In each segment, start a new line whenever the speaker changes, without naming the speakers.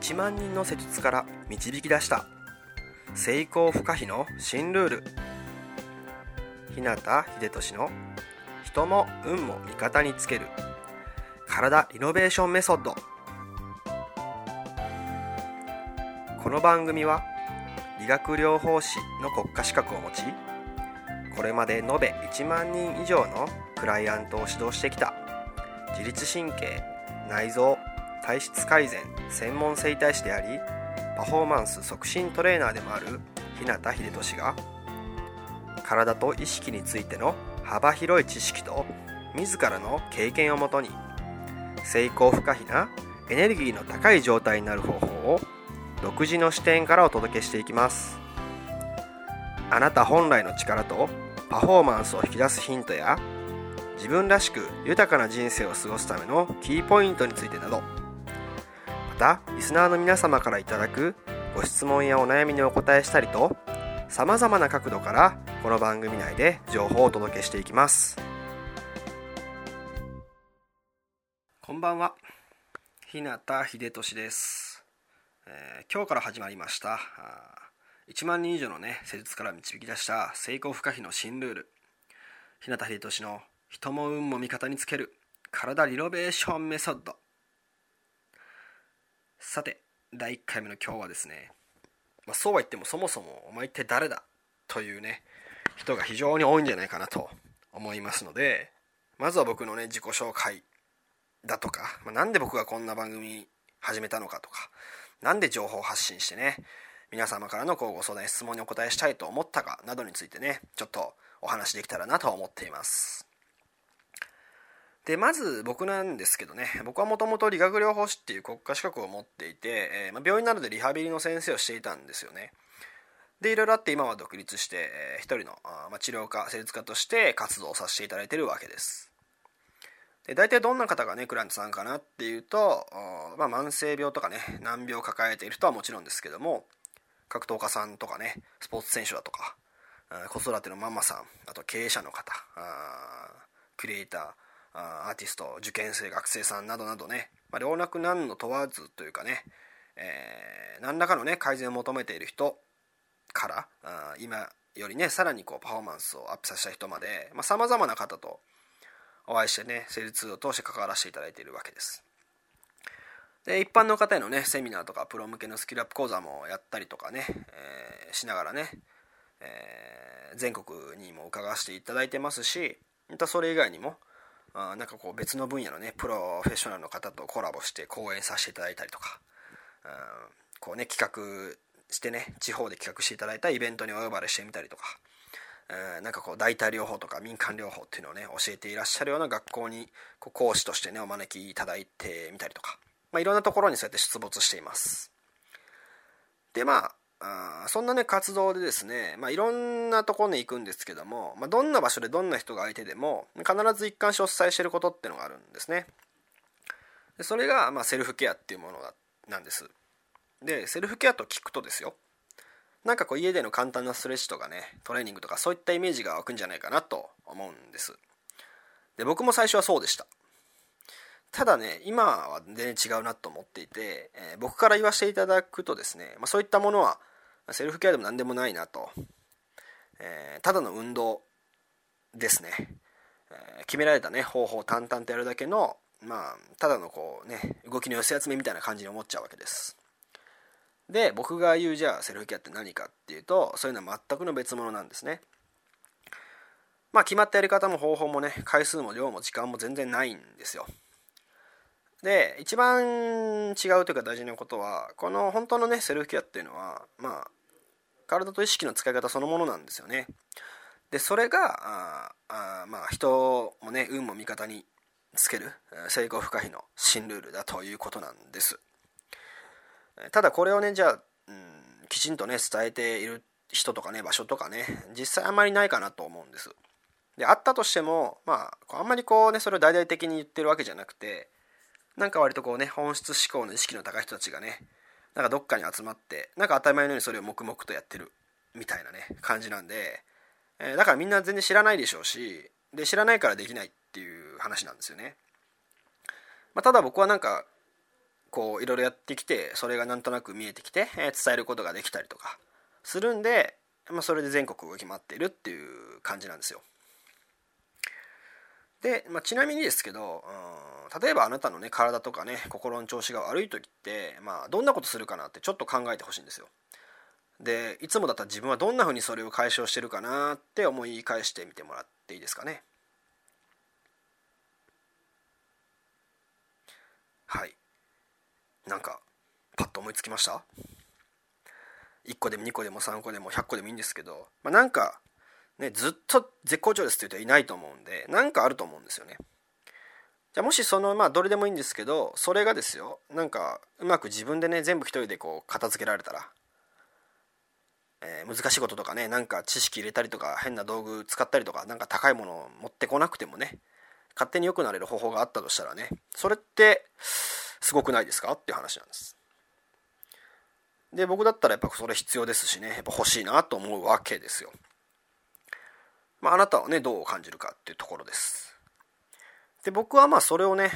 1万人の施術から導き出した成功不可避の新ルール。日向秀俊の人も運も味方につける体リノベーションメソッド。この番組は理学療法士の国家資格を持ち、これまで延べ1万人以上のクライアントを指導してきた自律神経、内臓、体質改善専門整体師であり、パフォーマンス促進トレーナーでもある日向秀俊が、体と意識についての幅広い知識と自らの経験をもとに、成功不可避なエネルギーの高い状態になる方法を独自の視点からお届けしていきます。あなた本来の力とパフォーマンスを引き出すヒントや、自分らしく豊かな人生を過ごすためのキーポイントについてなど、またリスナーの皆様からいただくご質問やお悩みにお答えしたりと、さまざまな角度からこの番組内で情報をお届けしていきます。こんばんは、日向秀俊です。今日から始まりました1万人以上の施術から導き出した成功不可避の新ルール、日向秀俊の人も運も味方につける体リノベーションメソッド。さて、第1回目の今日はですね、そうは言ってもそもそもお前って誰だという人が非常に多いんじゃないかなと思いますので、まずは僕の自己紹介だとか、なんで僕がこんな番組始めたのかとか、なんで情報発信して皆様からのご相談や質問にお答えしたいと思ったかなどについてちょっとお話できたらなと思っています。で、まず僕なんですけど僕はもともと理学療法士っていう国家資格を持っていて、病院などでリハビリの先生をしていたんですよね。で、いろいろあって今は独立して、一人の、治療家、施術家として活動させていただいているわけです。で、大体どんな方がクライアントさんかなっていうと、慢性病とか難病を抱えている人はもちろんですけども、格闘家さんとかスポーツ選手だとか、子育てのママさん、あと経営者の方、クリエイター、アーティスト、受験生、学生さんなどなど老若男女問わずというか何らかの改善を求めている人から今よりさらにパフォーマンスをアップさせた人まで、さまざまな方とお会いして施術を通して関わらせていただいているわけです。で、一般の方へのセミナーとかプロ向けのスキルアップ講座もやったりとかしながら全国にも伺わせていただいてますし、またそれ以外にも別の分野のプロフェッショナルの方とコラボして講演させていただいたりとか、企画して地方で企画していただいたイベントにお呼ばれしてみたりとか、代替療法とか民間療法っていうのを教えていらっしゃるような学校に講師としてお招きいただいてみたりとか、いろんなところにそうやって出没しています。で、そんな活動でですね、いろんなところに行くんですけども、どんな場所でどんな人が相手でも必ず一貫してお伝えしていることっていうのがあるんですね。で、それがセルフケアっていうものなんです。で、セルフケアと聞くとですよ、家での簡単なストレッチとかトレーニングとか、そういったイメージが湧くんじゃないかなと思うんです。で、僕も最初はそうでした。ただ今は全然違うなと思っていて、僕から言わせていただくとですね、そういったものはセルフケアでも何でもないなと、ただの運動ですね。決められた方法を淡々とやるだけの、ただの動きの寄せ集めみたいな感じに思っちゃうわけです。で、僕が言うじゃあセルフケアって何かっていうと、そういうのは全くの別物なんですね。決まったやり方も方法も回数も量も時間も全然ないんですよ。で、一番違うというか大事なことは、この本当のセルフケアっていうのは体と意識の使い方そのものなんですよね。で、それが人も運も味方につける成功不可避の新ルールだということなんです。ただこれをじゃあ、きちんと伝えている人とか場所とか実際あんまりないかなと思うんです。で、あったとしてもあんまりそれを大々的に言ってるわけじゃなくて、割と本質思考の意識の高い人たちがどっかに集まって当たり前のようにそれを黙々とやってるみたいな感じなんで、だからみんな全然知らないでしょうし、で、知らないからできないっていう話なんですよね。ただ僕はこういろいろやってきて、それがなんとなく見えてきて、伝えることができたりとかするんで、それで全国動き回っているっていう感じなんですよ。で、ちなみにですけど、例えばあなたのね体とかね心の調子が悪い時って、どんなことするかなってちょっと考えてほしいんですよ。で、いつもだったら自分はどんな風にそれを解消してるかなって思い返してみてもらっていいですかね。はい。なんかパッと思いつきました？1個でも2個でも3個でも100個でもいいんですけど、なんかね、ずっと絶好調ですって言う人はいないと思うんで、なんかあると思うんですよね。じゃあもしそのどれでもいいんですけど、それがですよ、なんかうまく自分でね全部一人でこう片付けられたら、難しいこととかね、なんか知識入れたりとか変な道具使ったりとか、なんか高いものを持ってこなくてもね、勝手に良くなれる方法があったとしたらね、それってすごくないですかっていう話なんです。で、僕だったらやっぱそれ必要ですしね、やっぱ欲しいなと思うわけですよ。あなたはねどう感じるかっていうところです。で、僕はそれをね、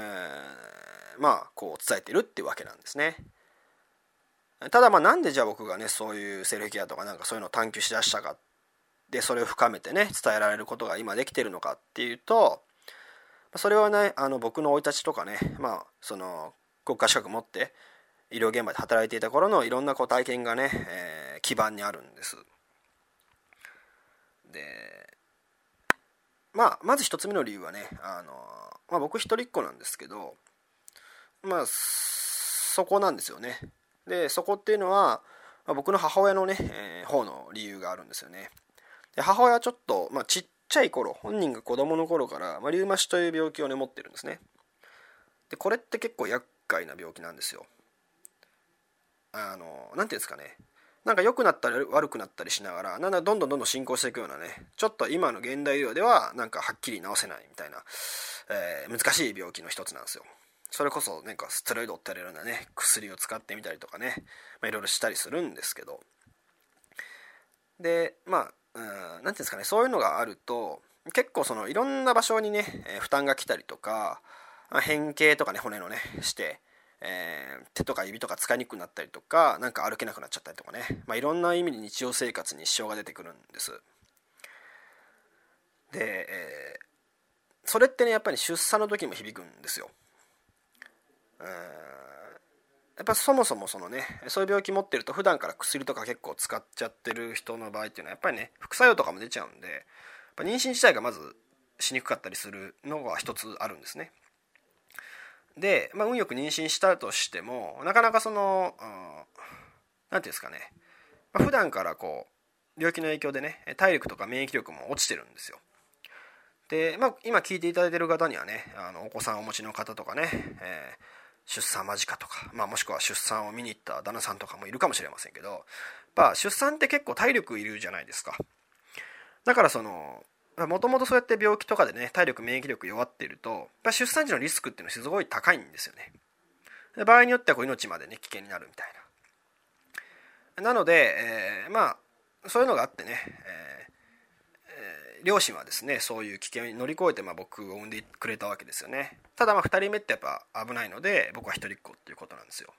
こう伝えてるっていうわけなんですね。ただなんでじゃあ僕がねそういうセルフケアとかなんかそういうのを探求しだしたか、でそれを深めてね伝えられることが今できてるのかっていうと、それはね僕の生い立ちとかね、その国家資格持って医療現場で働いていた頃のいろんなこう体験がね、基盤にあるんです。で、まず一つ目の理由はね、僕一人っ子なんですけど、そこなんですよね。でそこっていうのは、僕の母親のね、方の理由があるんですよね。で、母親はちょっと、ちっちゃい頃、本人が子供の頃から、リウマチという病気をね持ってるんですね。でこれって結構厄介な病気なんですよ。なんていうんですかね、なんか良くなったり悪くなったりしながら、なんだどんどん進行していくようなね、ちょっと今の現代医療ではなんかはっきり治せないみたいな、難しい病気の一つなんですよ。それこそなんかステロイドってやるようなね薬を使ってみたりとかね、いろいろしたりするんですけど、でなんていうんですかね、そういうのがあると結構そのいろんな場所にね、負担が来たりとか、変形とかね骨のねして、手とか指とか使いにくくなったりとか、なんか歩けなくなっちゃったりとかね、いろんな意味で日常生活に支障が出てくるんです。で、それってねやっぱり出産の時も響くんですよ。やっぱそもそもそのねそういう病気持ってると普段から薬とか結構使っちゃってる人の場合っていうのはやっぱりね副作用とかも出ちゃうんで、やっぱ妊娠自体がまずしにくかったりするのが一つあるんですね。で、運よく妊娠したとしてもなかなかその、なんていうんですかね、普段からこう病気の影響でね体力とか免疫力も落ちてるんですよ。で、今聞いていただいている方にはねお子さんをお持ちの方とかね、出産間近とか、もしくは出産を見に行った旦那さんとかもいるかもしれませんけど、出産って結構体力いるじゃないですか。だからそのもともとそうやって病気とかでね体力免疫力弱っていると出産時のリスクっていうのはすごい高いんですよね。で場合によってはこう命までね危険になるみたいな。なので、そういうのがあってね、両親はですねそういう危険を乗り越えて僕を産んでくれたわけですよね。ただ2人目ってやっぱ危ないので僕は一人っ子っていうことなんですよ。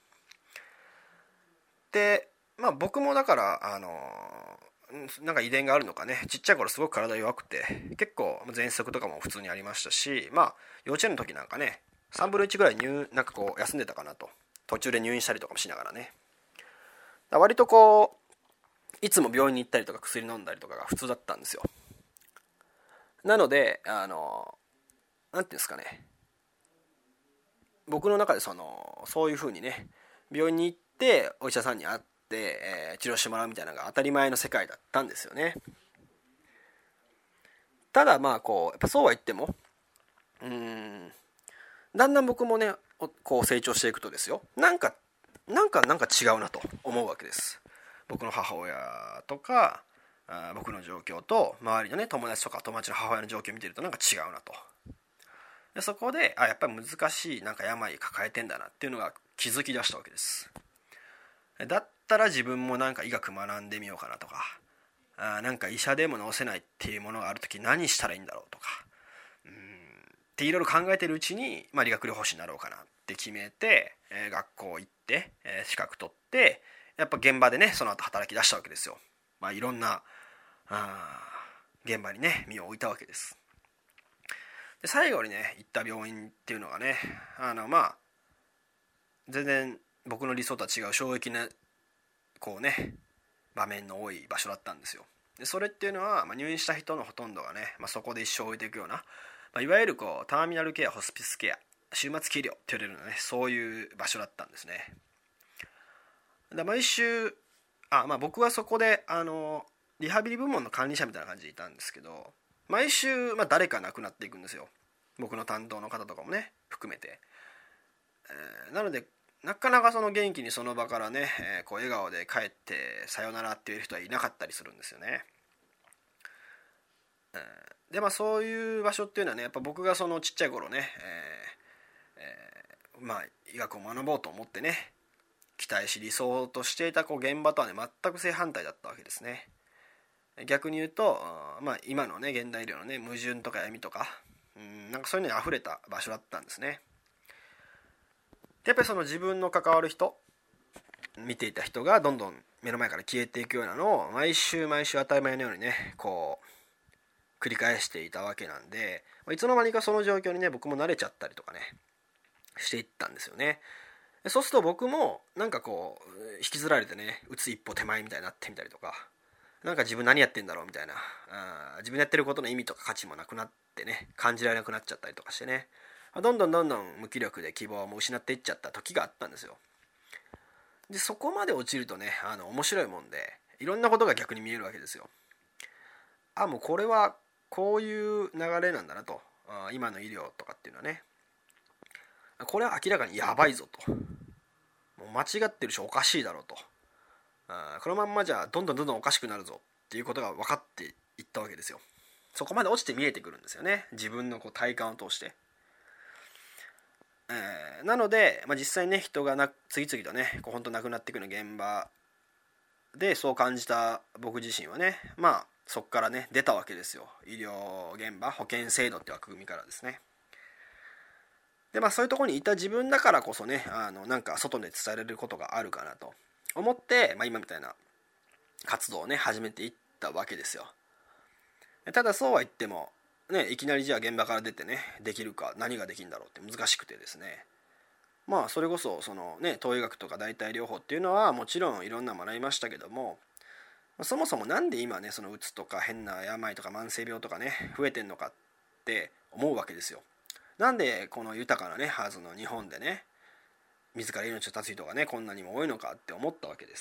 で僕もだからなんか遺伝があるのかね、ちっちゃい頃すごく体弱くて結構喘息とかも普通にありましたし、幼稚園の時なんかね3分の1ぐらいなんかこう休んでたかなと、途中で入院したりとかもしながらね、割とこういつも病院に行ったりとか薬飲んだりとかが普通だったんですよ。なのでなんていうんですかね、僕の中でそういう風にね病院に行ってお医者さんに会って、治療してもらうみたいなのが当たり前の世界だったんですよね。ただこうやっぱそうは言ってもだんだん僕もねこう成長していくとですよ、なんか違うなと思うわけです。僕の母親とか僕の状況と周りのね友達とか友達の母親の状況を見てるとなんか違うなと。でそこでやっぱり難しいなんか病抱えてんだなっていうのが気づき出したわけです。だったら自分もなんか医学学んでみようかなとか、なんか医者でも治せないっていうものがあるとき何したらいいんだろうとか、っいろいろ考えてるうちに、理学療法士になろうかなって決めて、学校行って、資格取ってやっぱ現場でねその後働き出したわけですよ。いろんな現場にね身を置いたわけです。で最後にね行った病院っていうのがね全然僕の理想とは違う衝撃なこうね場面の多い場所だったんですよ。でそれっていうのは、入院した人のほとんどがね、そこで一生置いていくような、いわゆるこうターミナルケア、ホスピスケア、終末期医療って言われるのね、そういう場所だったんですね。で毎週僕はそこでリハビリ部門の管理者みたいな感じでいたんですけど、毎週、誰か亡くなっていくんですよ。僕の担当の方とかもね含めて、なのでなかなかその元気にその場からね、こう笑顔で帰ってさよならっていう人はいなかったりするんですよね。でそういう場所っていうのはねやっぱ僕がそのちっちゃい頃ね、医学を学ぼうと思ってね期待し理想としていたこう現場とはね全く正反対だったわけですね。逆に言うと、今のね現代医療のね矛盾とか闇とか、なんかそういうのに溢れた場所だったんですね。でやっぱりその自分の関わる人、見ていた人がどんどん目の前から消えていくようなのを毎週毎週当たり前のようにねこう繰り返していたわけなんで、いつの間にかその状況にね僕も慣れちゃったりとかねしていったんですよね。そうすると僕もなんかこう引きずられてね打つ一歩手前みたいになってみたりとか、なんか自分何やってんだろうみたいな、自分やってることの意味とか価値もなくなってね感じられなくなっちゃったりとかしてね、どんどん無気力で希望も失っていっちゃった時があったんですよ。でそこまで落ちるとね面白いもんでいろんなことが逆に見えるわけですよ。もうこれはこういう流れなんだなと、今の医療とかっていうのはねこれは明らかにやばいぞと、もう間違ってるしおかしいだろうと、このまんまじゃどんどんおかしくなるぞっていうことが分かっていったわけですよ。そこまで落ちて見えてくるんですよね、自分のこう体感を通して。なので、実際ね人が次々とねこう本当亡くなっていくような現場でそう感じた僕自身はねそこからね出たわけですよ。医療現場保険制度って枠組みからですね。でそういうところにいた自分だからこそねなんか外で伝えられることがあるかなと思って、今みたいな活動をね始めていったわけですよ。ただそうは言ってもねいきなりじゃあ現場から出てねできるか、何ができるんだろうって難しくてですね、それこそそのね東医学とか代替療法っていうのはもちろんいろんな学びましたけども、そもそもなんで今ねそのうつとか変な病とか慢性病とかね増えてんのかって思うわけですよ。なんでこの豊かなねはずの日本でね自ら命を絶つ人がねこんなにも多いのかって思ったわけです。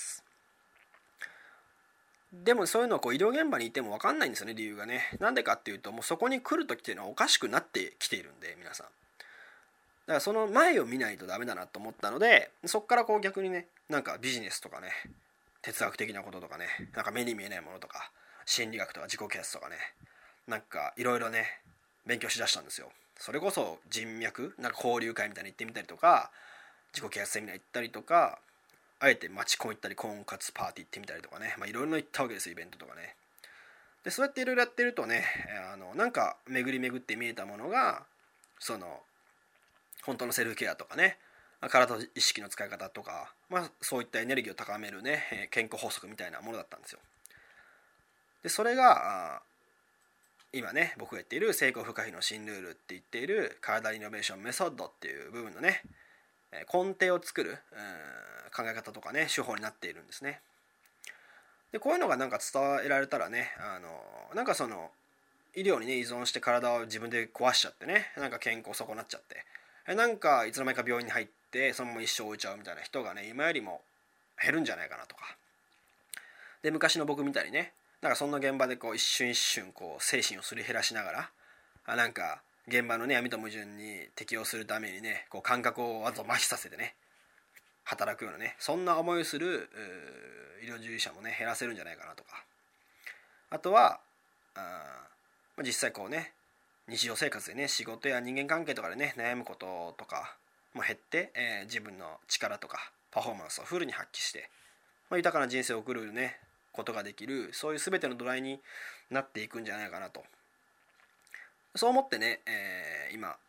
でもそういうのはこう医療現場にいても分かんないんですよね、理由がね。なんでかっていうともうそこに来る時っていうのはおかしくなってきているんで皆さん。だからその前を見ないとダメだなと思ったので、そこからこう逆にねなんかビジネスとかね哲学的なこととかねなんか目に見えないものとか心理学とか自己啓発とかねなんかいろいろね勉強しだしたんですよ。それこそ人脈なんか交流会みたいに行ってみたりとか、自己啓発セミナー行ったりとか、あえて街コン行ったり婚活パーティー行ってみたりとかね、いろいろ行ったわけですイベントとかね。でそうやっていろいろやってるとねなんか巡り巡って見えたものがその本当のセルフケアとかね体と意識の使い方とか、そういったエネルギーを高めるね健康法則みたいなものだったんですよ。でそれが今ね僕が言っている成功不可避の新ルールって言っている体イノベーションメソッドっていう部分のね根底を作る考え方とかね手法になっているんですね。でこういうのがなんか伝えられたらねなんかその医療にね依存して体を自分で壊しちゃってねなんか健康損なっちゃってなんかいつの間にか病院に入ってそのまま一生置いちゃうみたいな人がね今よりも減るんじゃないかなとか。で昔の僕みたいにねなんかそんな現場でこう一瞬一瞬こう精神をすり減らしながらなんか現場のね闇と矛盾に適応するためにねこう感覚をわざと麻痺させてね働くようなねそんな思いをする医療従事者もね減らせるんじゃないかなとか、あとは実際こうね日常生活でね仕事や人間関係とかでね悩むこととかも減って、自分の力とかパフォーマンスをフルに発揮して、豊かな人生を送るねことができる、そういう全ての土台になっていくんじゃないかなと、そう思ってね、今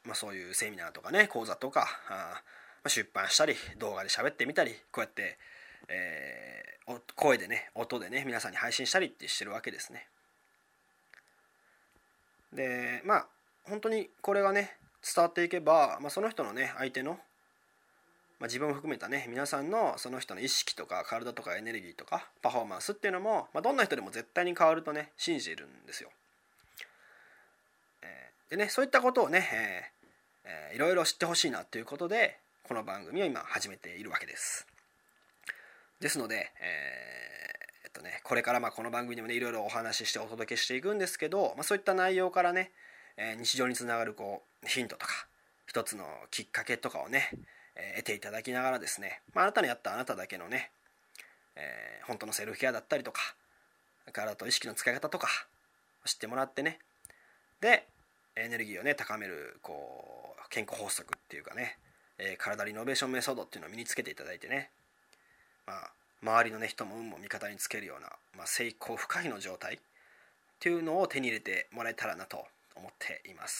そういうセミナーとかね、講座とか出版したり、動画で喋ってみたり、こうやって、声でね、音でね、皆さんに配信したりってしてるわけですね。で本当にこれがね伝わっていけば、その人のね、相手の、自分を含めたね、皆さんのその人の意識とか体とかエネルギーとかパフォーマンスっていうのも、どんな人でも絶対に変わるとね信じているんですよ。でね、そういったことをね、いろいろ知ってほしいなということで、この番組を今始めているわけです。ですので、これからこの番組でもね、いろいろお話ししてお届けしていくんですけど、そういった内容からね、日常につながるヒントとか一つのきっかけとかをね、得ていただきながらですね、あなたのやったあなただけのね、本当のセルフケアだったりとか、体と意識の使い方とか知ってもらってね、でエネルギーをね高める健康法則っていうかね、体リノベーションメソッドっていうのを身につけていただいてね、周りのね人も運も味方につけるような、成功不可避の状態っていうのを手に入れてもらえたらなと思っています。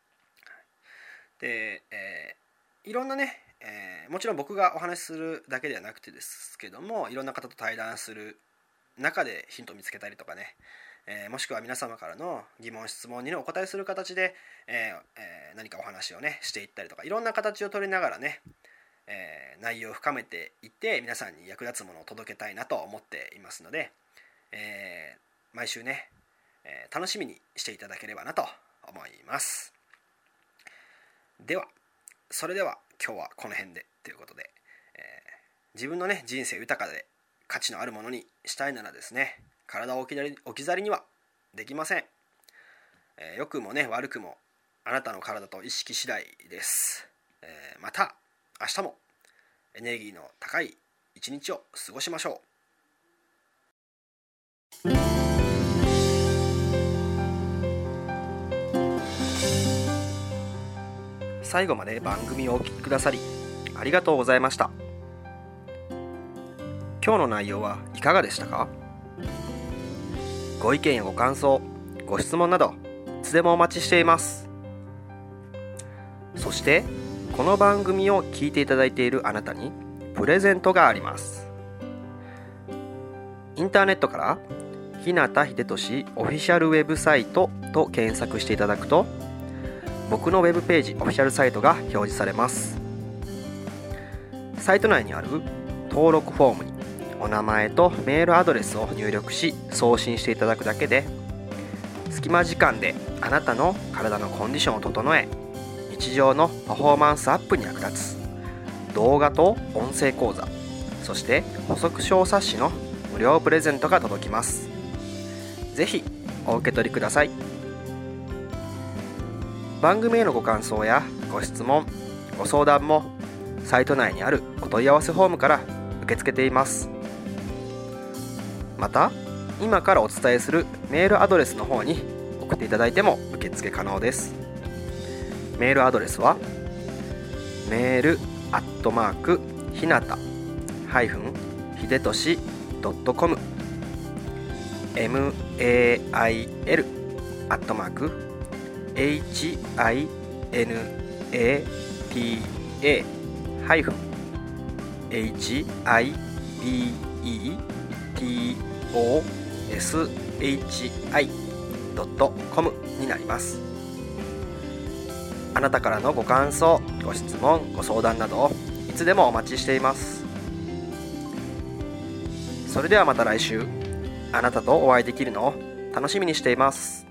で、いろんなね、もちろん僕がお話しするだけではなくてですけども、いろんな方と対談する中でヒントを見つけたりとかね、もしくは皆様からの疑問質問にお答えする形で、何かお話をねしていったりとか、いろんな形を取りながらね、内容を深めていって皆さんに役立つものを届けたいなと思っていますので、毎週ね、楽しみにしていただければなと思います。それでは今日はこの辺でということで、自分のね人生豊かで価値のあるものにしたいならですね、体を置き去りにはできません。良くもね悪くもあなたの体と意識次第です。また明日もエネルギーの高い一日を過ごしましょう。最後まで番組をお聞きくださりありがとうございました。今日の内容はいかがでしたか？ご意見やご感想、ご質問などいつでもお待ちしています。そしてこの番組を聞いていただいているあなたにプレゼントがあります。インターネットから日向秀俊オフィシャルウェブサイトと検索していただくと、僕のウェブページオフィシャルサイトが表示されます。サイト内にある登録フォームにお名前とメールアドレスを入力し送信していただくだけで、隙間時間であなたの体のコンディションを整え、日常のパフォーマンスアップに役立つ動画と音声講座、そして補足小冊子の無料プレゼントが届きます。ぜひお受け取りください。番組へのご感想やご質問、ご相談もサイト内にあるお問い合わせフォームから受け付けています。また今からお伝えするメールアドレスの方に送っていただいても受付可能です。メールアドレスはメールひなたひでとし.com mail hinata-hidetoshi.com になります。あなたからのご感想、ご質問、ご相談などいつでもお待ちしています。それではまた来週、あなたとお会いできるのを楽しみにしています。